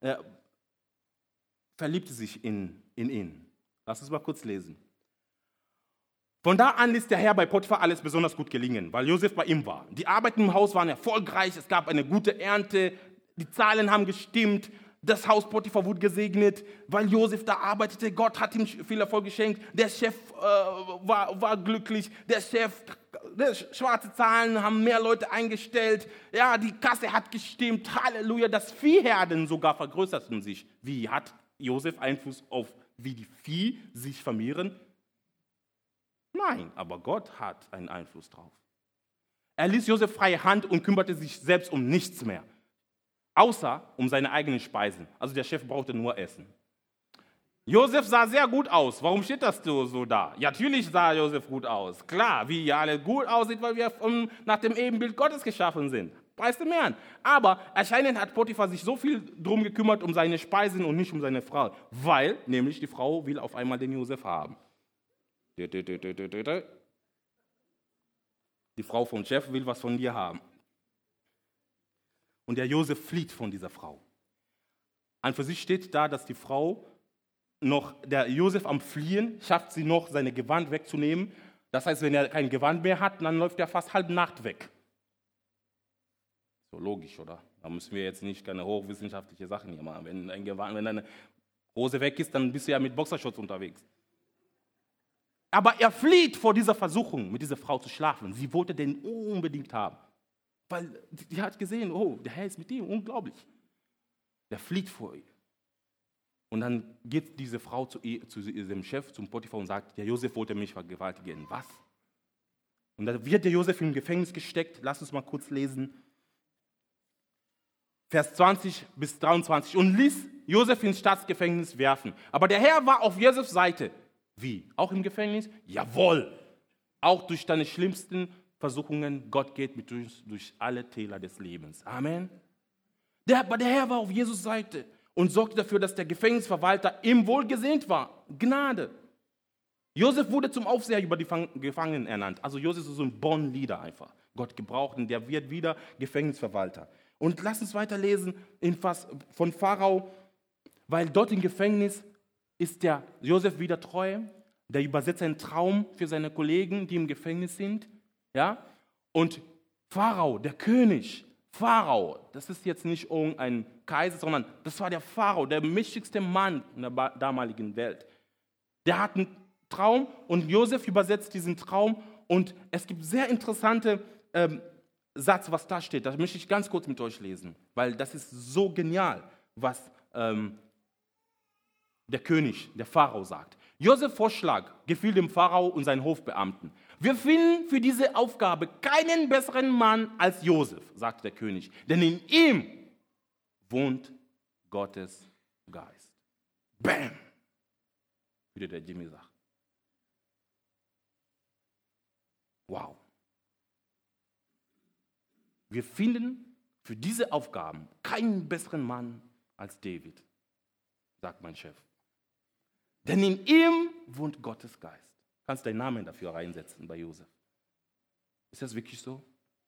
verliebte sich in ihn. Lass uns mal kurz lesen. Von da an ließ der Herr bei Potiphar alles besonders gut gelingen, weil Josef bei ihm war. Die Arbeiten im Haus waren erfolgreich, es gab eine gute Ernte, die Zahlen haben gestimmt, das Haus Potiphar wurde gesegnet, weil Josef da arbeitete. Gott hat ihm viel Erfolg geschenkt. Der Chef war glücklich. Schwarze Zahlen haben mehr Leute eingestellt. Ja, die Kasse hat gestimmt. Halleluja. Das Viehherden sogar vergrößerten sich. Wie hat Josef Einfluss auf, wie die Vieh sich vermehren? Nein, aber Gott hat einen Einfluss drauf. Er ließ Josef freie Hand und kümmerte sich selbst um nichts mehr. Außer um seine eigenen Speisen. Also der Chef brauchte nur Essen. Josef sah sehr gut aus. Warum steht das so da? Ja, natürlich sah Josef gut aus. Klar, wie ihr alle gut aussieht, weil wir nach dem Ebenbild Gottes geschaffen sind. Preis dem Herrn. Aber anscheinend hat Potiphar sich so viel drum gekümmert um seine Speisen und nicht um seine Frau. Weil nämlich die Frau will auf einmal den Josef haben. Die Frau vom Chef will was von dir haben. Und der Josef flieht von dieser Frau. An für sich steht da, dass die Frau der Josef am Fliehen, schafft sie noch, seine Gewand wegzunehmen. Das heißt, wenn er kein Gewand mehr hat, dann läuft er fast halb Nacht weg. So logisch, oder? Da müssen wir jetzt nicht keine hochwissenschaftliche Sachen hier machen. Wenn deine Hose weg ist, dann bist du ja mit Boxershorts unterwegs. Aber er flieht vor dieser Versuchung, mit dieser Frau zu schlafen. Sie wollte den unbedingt haben. Weil die hat gesehen, oh, der Herr ist mit ihm, unglaublich. Der flieht vor ihr. Und dann geht diese Frau zu ihrem Chef, zum Potiphar und sagt, der Josef wollte mich vergewaltigen. Was? Und dann wird der Josef im Gefängnis gesteckt. Lass uns mal kurz lesen. Vers 20-23. Und ließ Josef ins Staatsgefängnis werfen. Aber der Herr war auf Josefs Seite. Wie? Auch im Gefängnis? Jawohl. Auch durch deine schlimmsten Versuchungen, Gott geht mit uns durch alle Täler des Lebens. Amen. Aber der Herr war auf Jesus Seite und sorgte dafür, dass der Gefängnisverwalter ihm wohlgesinnt war. Gnade. Josef wurde zum Aufseher über die Gefangenen ernannt. Also Josef ist so ein Born Leader einfach. Gott gebraucht und der wird wieder Gefängnisverwalter. Und lass uns weiterlesen von Pharao, weil dort im Gefängnis ist der Josef wieder treu. Der übersetzt einen Traum für seine Kollegen, die im Gefängnis sind. Ja? Und Pharao, der König, Pharao, das ist jetzt nicht irgendein Kaiser, sondern das war der Pharao, der mächtigste Mann in der damaligen Welt. Der hat einen Traum und Josef übersetzt diesen Traum und es gibt sehr interessante Satz, was da steht. Das möchte ich ganz kurz mit euch lesen, weil das ist so genial, was der König, der Pharao sagt. Josefs Vorschlag gefiel dem Pharao und seinen Hofbeamten. Wir finden für diese Aufgabe keinen besseren Mann als Josef, sagte der König, denn in ihm wohnt Gottes Geist. Bam! Wie der Jimmy sagt. Wow. Wir finden für diese Aufgaben keinen besseren Mann als David, sagt mein Chef. Denn in ihm wohnt Gottes Geist. Kannst deinen Namen dafür reinsetzen bei Josef. Ist das wirklich so?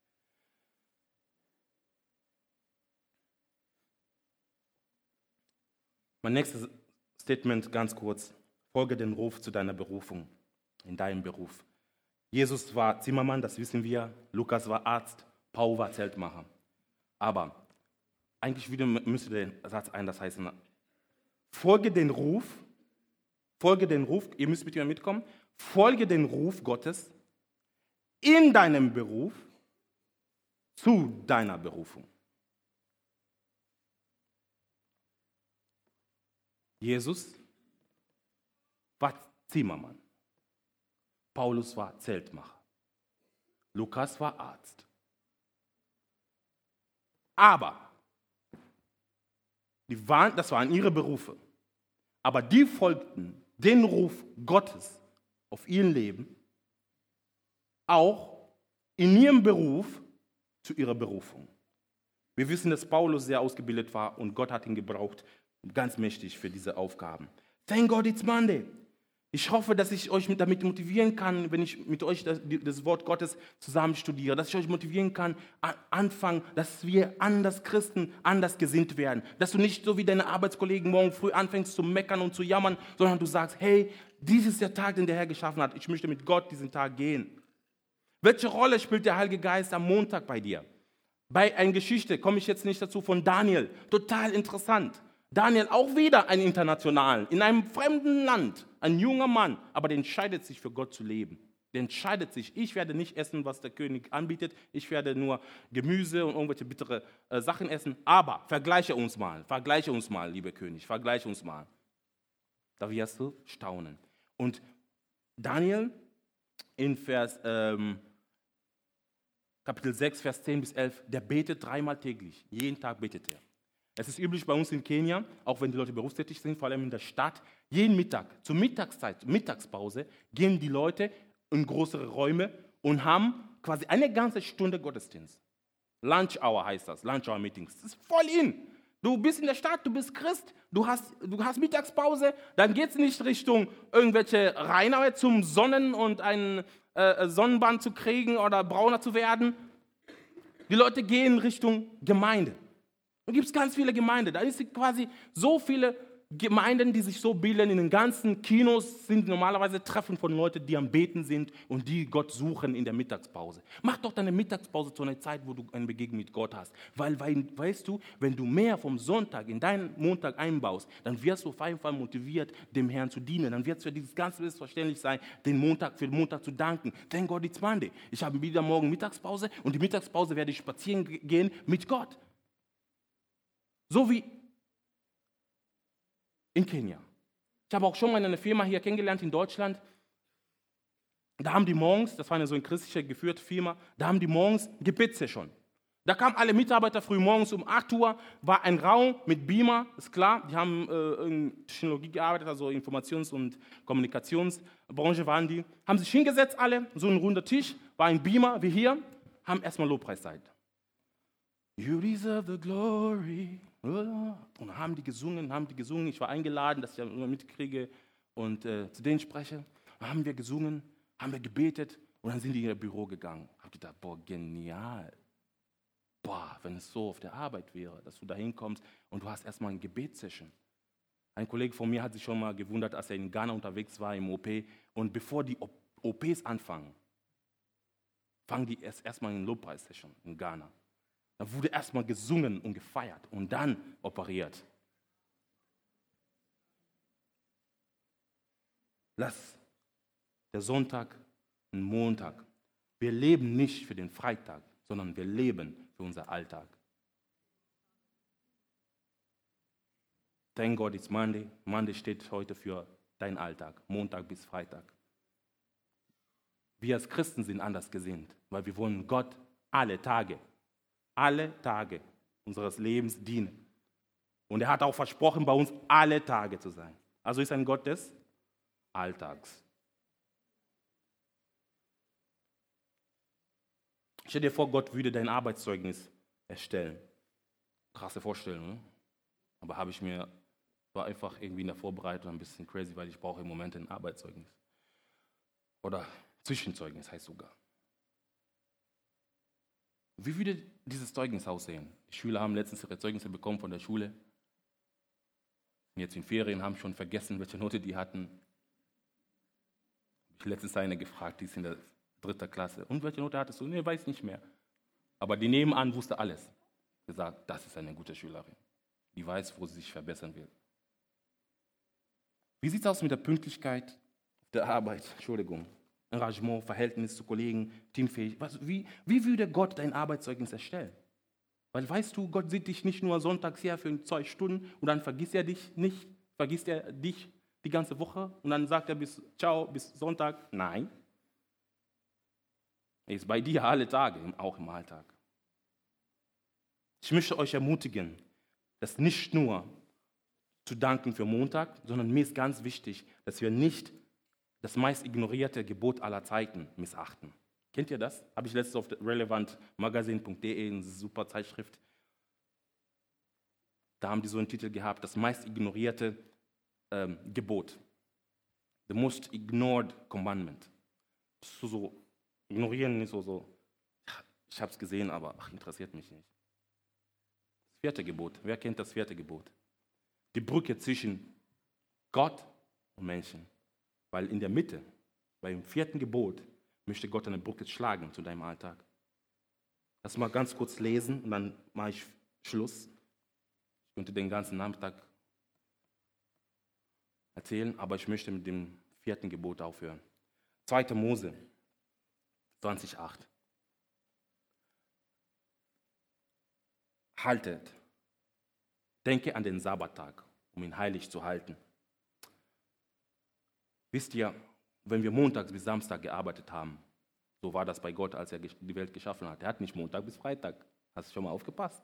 Mein nächstes Statement ganz kurz. Folge den Ruf zu deiner Berufung, in deinem Beruf. Jesus war Zimmermann, das wissen wir. Lukas war Arzt. Paul war Zeltmacher. Aber eigentlich müsste der Satz anders heißen. Folge den Ruf, ihr müsst mit mir mitkommen, folge den Ruf Gottes in deinem Beruf zu deiner Berufung. Jesus war Zimmermann. Paulus war Zeltmacher. Lukas war Arzt. Aber das waren ihre Berufe. Aber die folgten den Ruf Gottes auf ihr Leben, auch in ihrem Beruf zu ihrer Berufung. Wir wissen, dass Paulus sehr ausgebildet war und Gott hat ihn gebraucht, ganz mächtig für diese Aufgaben. Thank God it's Monday. Ich hoffe, dass ich euch damit motivieren kann, wenn ich mit euch das Wort Gottes zusammen studiere, dass ich euch motivieren kann, anfangen, dass wir anders Christen, anders gesinnt werden. Dass du nicht so wie deine Arbeitskollegen morgen früh anfängst zu meckern und zu jammern, sondern du sagst, hey, dies ist der Tag, den der Herr geschaffen hat. Ich möchte mit Gott diesen Tag gehen. Welche Rolle spielt der Heilige Geist am Montag bei dir? Bei einer Geschichte komme ich jetzt nicht dazu von Daniel. Total interessant. Daniel auch wieder ein Internationalen, in einem fremden Land, ein junger Mann, aber der entscheidet sich für Gott zu leben. Der entscheidet sich, ich werde nicht essen, was der König anbietet, ich werde nur Gemüse und irgendwelche bittere Sachen essen, aber vergleiche uns mal, lieber König, vergleiche uns mal. Da wirst du staunen. Und Daniel in Kapitel 6, Vers 10 bis 11, der betet 3-mal täglich, jeden Tag betet er. Es ist üblich bei uns in Kenia, auch wenn die Leute berufstätig sind, vor allem in der Stadt, jeden Mittag, zur Mittagszeit, Mittagspause, gehen die Leute in größere Räume und haben quasi eine ganze Stunde Gottesdienst. Lunch Hour heißt das, Lunch Hour Meetings. Das ist voll in. Du bist in der Stadt, du bist Christ, du hast Mittagspause, dann geht es nicht Richtung irgendwelche Reinhard zum Sonnen und einen Sonnenband zu kriegen oder brauner zu werden. Die Leute gehen Richtung Gemeinde. Da gibt es ganz viele Gemeinden. Da ist quasi so viele Gemeinden, die sich so bilden. In den ganzen Kinos sind normalerweise Treffen von Leuten, die am Beten sind und die Gott suchen in der Mittagspause. Mach doch deine Mittagspause zu einer Zeit, wo du eine Begegnung mit Gott hast. Weil, weißt du, wenn du mehr vom Sonntag in deinen Montag einbaust, dann wirst du auf jeden Fall motiviert, dem Herrn zu dienen. Dann wird es für dieses ganz selbstverständlich sein, für den Montag zu danken. Thank God it's Monday. Ich habe wieder morgen Mittagspause und die Mittagspause werde ich spazieren gehen mit Gott. So wie in Kenia. Ich habe auch schon mal eine Firma hier kennengelernt in Deutschland. Da haben die morgens, das war eine so eine christliche geführte Firma, da haben die morgens Gebetssession. Da kamen alle Mitarbeiter früh morgens um 8 Uhr, war ein Raum mit Beamer, ist klar, die haben in Technologie gearbeitet, also Informations- und Kommunikationsbranche waren die, haben sich hingesetzt alle, so ein runder Tisch, war ein Beamer wie hier, haben erstmal Lobpreiszeit. You deserve the glory. Und haben die gesungen. Ich war eingeladen, dass ich mitkriege und zu denen spreche. Dann haben wir gesungen, haben wir gebetet und dann sind die in ihr Büro gegangen. Ich habe gedacht, boah, genial. Boah, wenn es so auf der Arbeit wäre, dass du da hinkommst und du hast erstmal eine Gebetssession. Ein Kollege von mir hat sich schon mal gewundert, als er in Ghana unterwegs war im OP. Und bevor die OPs anfangen, fangen die erstmal eine Lobpreissession in Ghana. Da wurde erstmal gesungen und gefeiert und dann operiert. Lass der Sonntag ein Montag. Wir leben nicht für den Freitag, sondern wir leben für unser Alltag. Thank God it's Monday. Monday steht heute für deinen Alltag, Montag bis Freitag. wir als Christen sind anders gesinnt, weil wir wollen Gott alle Tage unseres Lebens dienen. Und er hat auch versprochen, bei uns alle Tage zu sein. Also ist ein Gott des Alltags. Stell dir vor, Gott würde dein Arbeitszeugnis erstellen. Krasse Vorstellung, ne? Aber war einfach irgendwie in der Vorbereitung ein bisschen crazy, weil ich brauche im Moment ein Arbeitszeugnis. Oder Zwischenzeugnis heißt sogar. Wie würde dieses Zeugnis aussehen? Die Schüler haben letztens ihre Zeugnisse bekommen von der Schule. Jetzt in Ferien haben schon vergessen, welche Note die hatten. Ich habe letztens eine gefragt, die ist in der 3. Klasse. Und welche Note hattest du? Nee, weiß nicht mehr. Aber die nebenan wusste alles. Gesagt, das ist eine gute Schülerin. Die weiß, wo sie sich verbessern will. Wie sieht es aus mit der Pünktlichkeit der Arbeit? Engagement, Verhältnis zu Kollegen, Teamfähigkeit. Wie würde Gott dein Arbeitszeugnis erstellen? Weil weißt du, Gott sieht dich nicht nur sonntags her für 2 Stunden und dann vergisst er dich die ganze Woche und dann sagt er ciao, bis Sonntag. Nein. Er ist bei dir alle Tage, auch im Alltag. Ich möchte euch ermutigen, das nicht nur zu danken für Montag, sondern mir ist ganz wichtig, dass wir nicht das meist ignorierte Gebot aller Zeiten missachten. Kennt ihr das? Habe ich letztens auf relevantmagazin.de, eine super Zeitschrift. Da haben die so einen Titel gehabt, das meist ignorierte Gebot. The most ignored commandment. So ignorieren ist so. Ich habe es gesehen, aber interessiert mich nicht. Das 4. Gebot. Wer kennt das 4. Gebot? Die Brücke zwischen Gott und Menschen. Weil in der Mitte, beim 4. Gebot, möchte Gott eine Brücke schlagen zu deinem Alltag. Lass mal ganz kurz lesen und dann mache ich Schluss. Ich könnte den ganzen Nachmittag erzählen, aber ich möchte mit dem 4. Gebot aufhören. 2. Mose 20,8. Haltet. Denke an den Sabbattag, um ihn heilig zu halten. Wisst ihr, wenn wir montags bis Samstag gearbeitet haben, so war das bei Gott, als er die Welt geschaffen hat. Er hat nicht Montag bis Freitag. Hast du schon mal aufgepasst?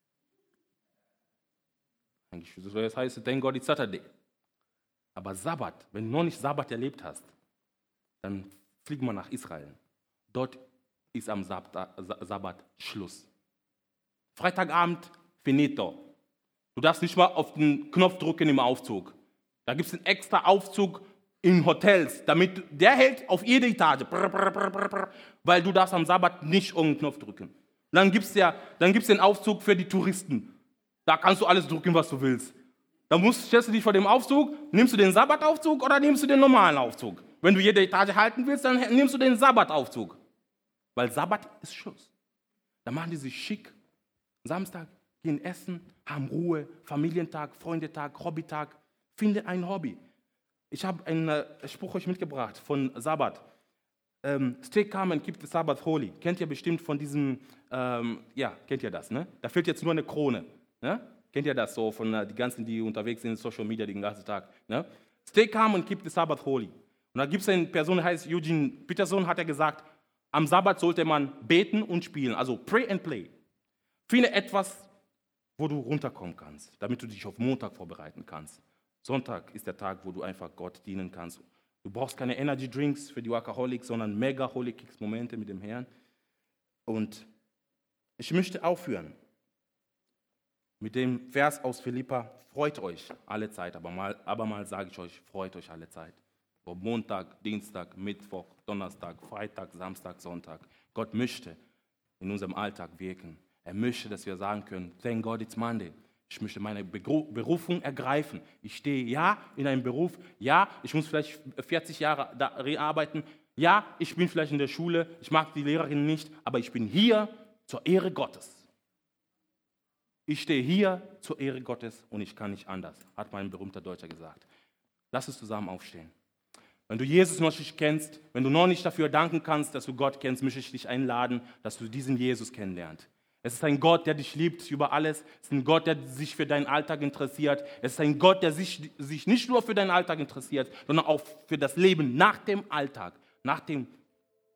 Das heißt, thank God it's Saturday. Aber Sabbat, wenn du noch nicht Sabbat erlebt hast, dann flieg mal nach Israel. Dort ist am Sabbat Schluss. Freitagabend, finito. Du darfst nicht mal auf den Knopf drücken im Aufzug. Da gibt es einen extra Aufzug in Hotels, damit der hält auf jede Etage. Weil du darfst am Sabbat nicht irgendeinen Knopf drücken. Und dann gibt es den Aufzug für die Touristen. Da kannst du alles drücken, was du willst. Dann stellst du dich vor dem Aufzug, nimmst du den Sabbataufzug oder nimmst du den normalen Aufzug? Wenn du jede Etage halten willst, dann nimmst du den Sabbataufzug. Weil Sabbat ist Schluss. Da machen die sich schick. Samstag gehen essen, haben Ruhe, Familientag, Freundetag, Hobbytag. Finde ein Hobby. Ich habe einen Spruch euch mitgebracht von Sabbat. Stay calm and keep the Sabbath holy. Kennt ihr bestimmt von diesem, kennt ihr das, ne? Da fehlt jetzt nur eine Krone. Ne? Kennt ihr das so von die ganzen, die unterwegs sind in Social Media den ganzen Tag? Ne? Stay calm and keep the Sabbath holy. Und da gibt es eine Person, die heißt Eugene Peterson, hat er gesagt, am Sabbat sollte man beten und spielen, also pray and play. Finde etwas, wo du runterkommen kannst, damit du dich auf Montag vorbereiten kannst. Sonntag ist der Tag, wo du einfach Gott dienen kannst. Du brauchst keine Energy Drinks für die Workaholics, sondern Mega-Holics-Momente mit dem Herrn. Und ich möchte aufhören mit dem Vers aus Philippa, freut euch alle Zeit, aber mal sage ich euch, freut euch alle Zeit. Ob Montag, Dienstag, Mittwoch, Donnerstag, Freitag, Samstag, Sonntag. Gott möchte in unserem Alltag wirken. Er möchte, dass wir sagen können, thank God it's Monday. Ich möchte meine Berufung ergreifen. Ich stehe in einem Beruf. Ja, ich muss vielleicht 40 Jahre da arbeiten. Ja, ich bin vielleicht in der Schule. Ich mag die Lehrerin nicht, aber ich bin hier zur Ehre Gottes. Ich stehe hier zur Ehre Gottes und ich kann nicht anders, hat mein berühmter Deutscher gesagt. Lass uns zusammen aufstehen. Wenn du Jesus noch nicht kennst, wenn du noch nicht dafür danken kannst, dass du Gott kennst, möchte ich dich einladen, dass du diesen Jesus kennenlernst. Es ist ein Gott, der dich liebt über alles. Es ist ein Gott, der sich für deinen Alltag interessiert. Es ist ein Gott, der sich nicht nur für deinen Alltag interessiert, sondern auch für das Leben nach dem Alltag, nach dem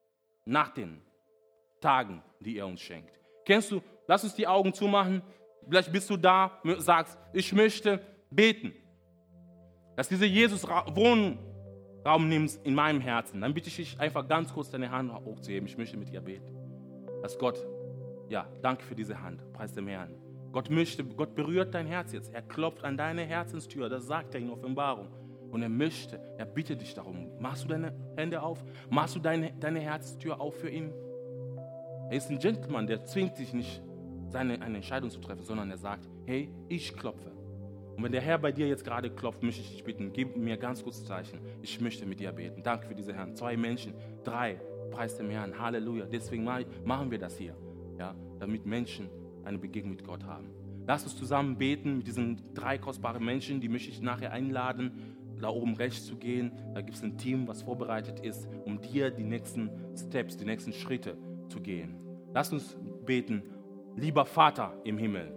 nach den Tagen, die er uns schenkt. Kennst du, lass uns die Augen zumachen, vielleicht bist du da, sagst, ich möchte beten, dass dieser Jesus Wohnraum nimmst in meinem Herzen. Dann bitte ich dich einfach ganz kurz deine Hand hochzuheben, ich möchte mit dir beten. Dass Gott, ja, danke für diese Hand, preis dem Herrn. Gott berührt dein Herz jetzt, er klopft an deine Herzenstür, das sagt er in Offenbarung. Und er bittet dich darum, machst du deine Hände auf, machst du deine Herzenstür auf für ihn? Er ist ein Gentleman, der zwingt dich nicht, eine Entscheidung zu treffen, sondern er sagt, hey, ich klopfe. Und wenn der Herr bei dir jetzt gerade klopft, möchte ich dich bitten, gib mir ganz kurz Zeichen. Ich möchte mit dir beten. Danke für diese Herren. 2 Menschen, 3, preis dem Herrn, Halleluja. Deswegen machen wir das hier, ja, damit Menschen eine Begegnung mit Gott haben. Lass uns zusammen beten mit diesen 3 kostbaren Menschen, die möchte ich nachher einladen, da oben rechts zu gehen. Da gibt es ein Team, was vorbereitet ist, um dir die nächsten Steps, die nächsten Schritte zu gehen. Lass uns beten. Lieber Vater im Himmel,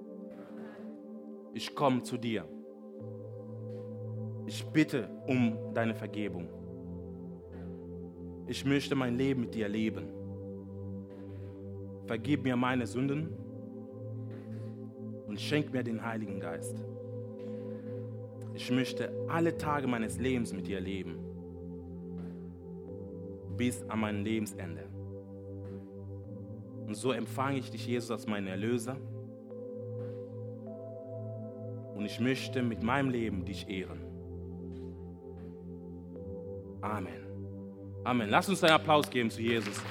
ich komme zu dir. Ich bitte um deine Vergebung. Ich möchte mein Leben mit dir leben. Vergib mir meine Sünden und schenk mir den Heiligen Geist. Ich möchte alle Tage meines Lebens mit dir leben, bis an mein Lebensende. Und so empfange ich dich, Jesus, als meinen Erlöser. Und ich möchte mit meinem Leben dich ehren. Amen. Amen. Lass uns einen Applaus geben zu Jesus.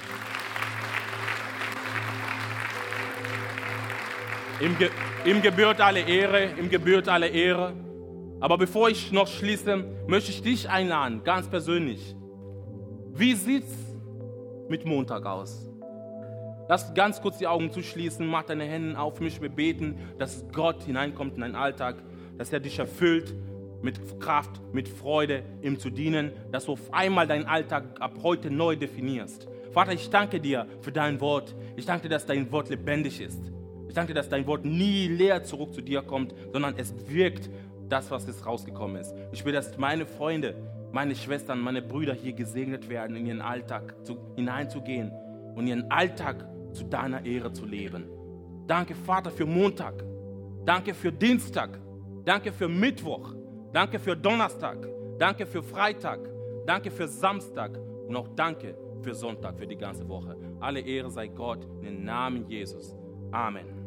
Ihm gebührt alle Ehre, ihm gebührt alle Ehre. Aber bevor ich noch schließe, möchte ich dich einladen, ganz persönlich. Wie sieht es mit Montag aus? Lass ganz kurz die Augen zuschließen, mach deine Hände auf, ich möchte beten, dass Gott hineinkommt in deinen Alltag, dass er dich erfüllt mit Kraft, mit Freude, ihm zu dienen, dass du auf einmal deinen Alltag ab heute neu definierst. Vater, ich danke dir für dein Wort. Ich danke dir, dass dein Wort lebendig ist. Ich danke dir, dass dein Wort nie leer zurück zu dir kommt, sondern es wirkt das, was jetzt rausgekommen ist. Ich will, dass meine Freunde, meine Schwestern, meine Brüder hier gesegnet werden, in ihren Alltag hineinzugehen und ihren Alltag zu deiner Ehre zu leben. Danke, Vater, für Montag. Danke für Dienstag. Danke für Mittwoch. Danke für Donnerstag. Danke für Freitag. Danke für Samstag. Und auch danke für Sonntag, für die ganze Woche. Alle Ehre sei Gott, in den Namen Jesus. Amen.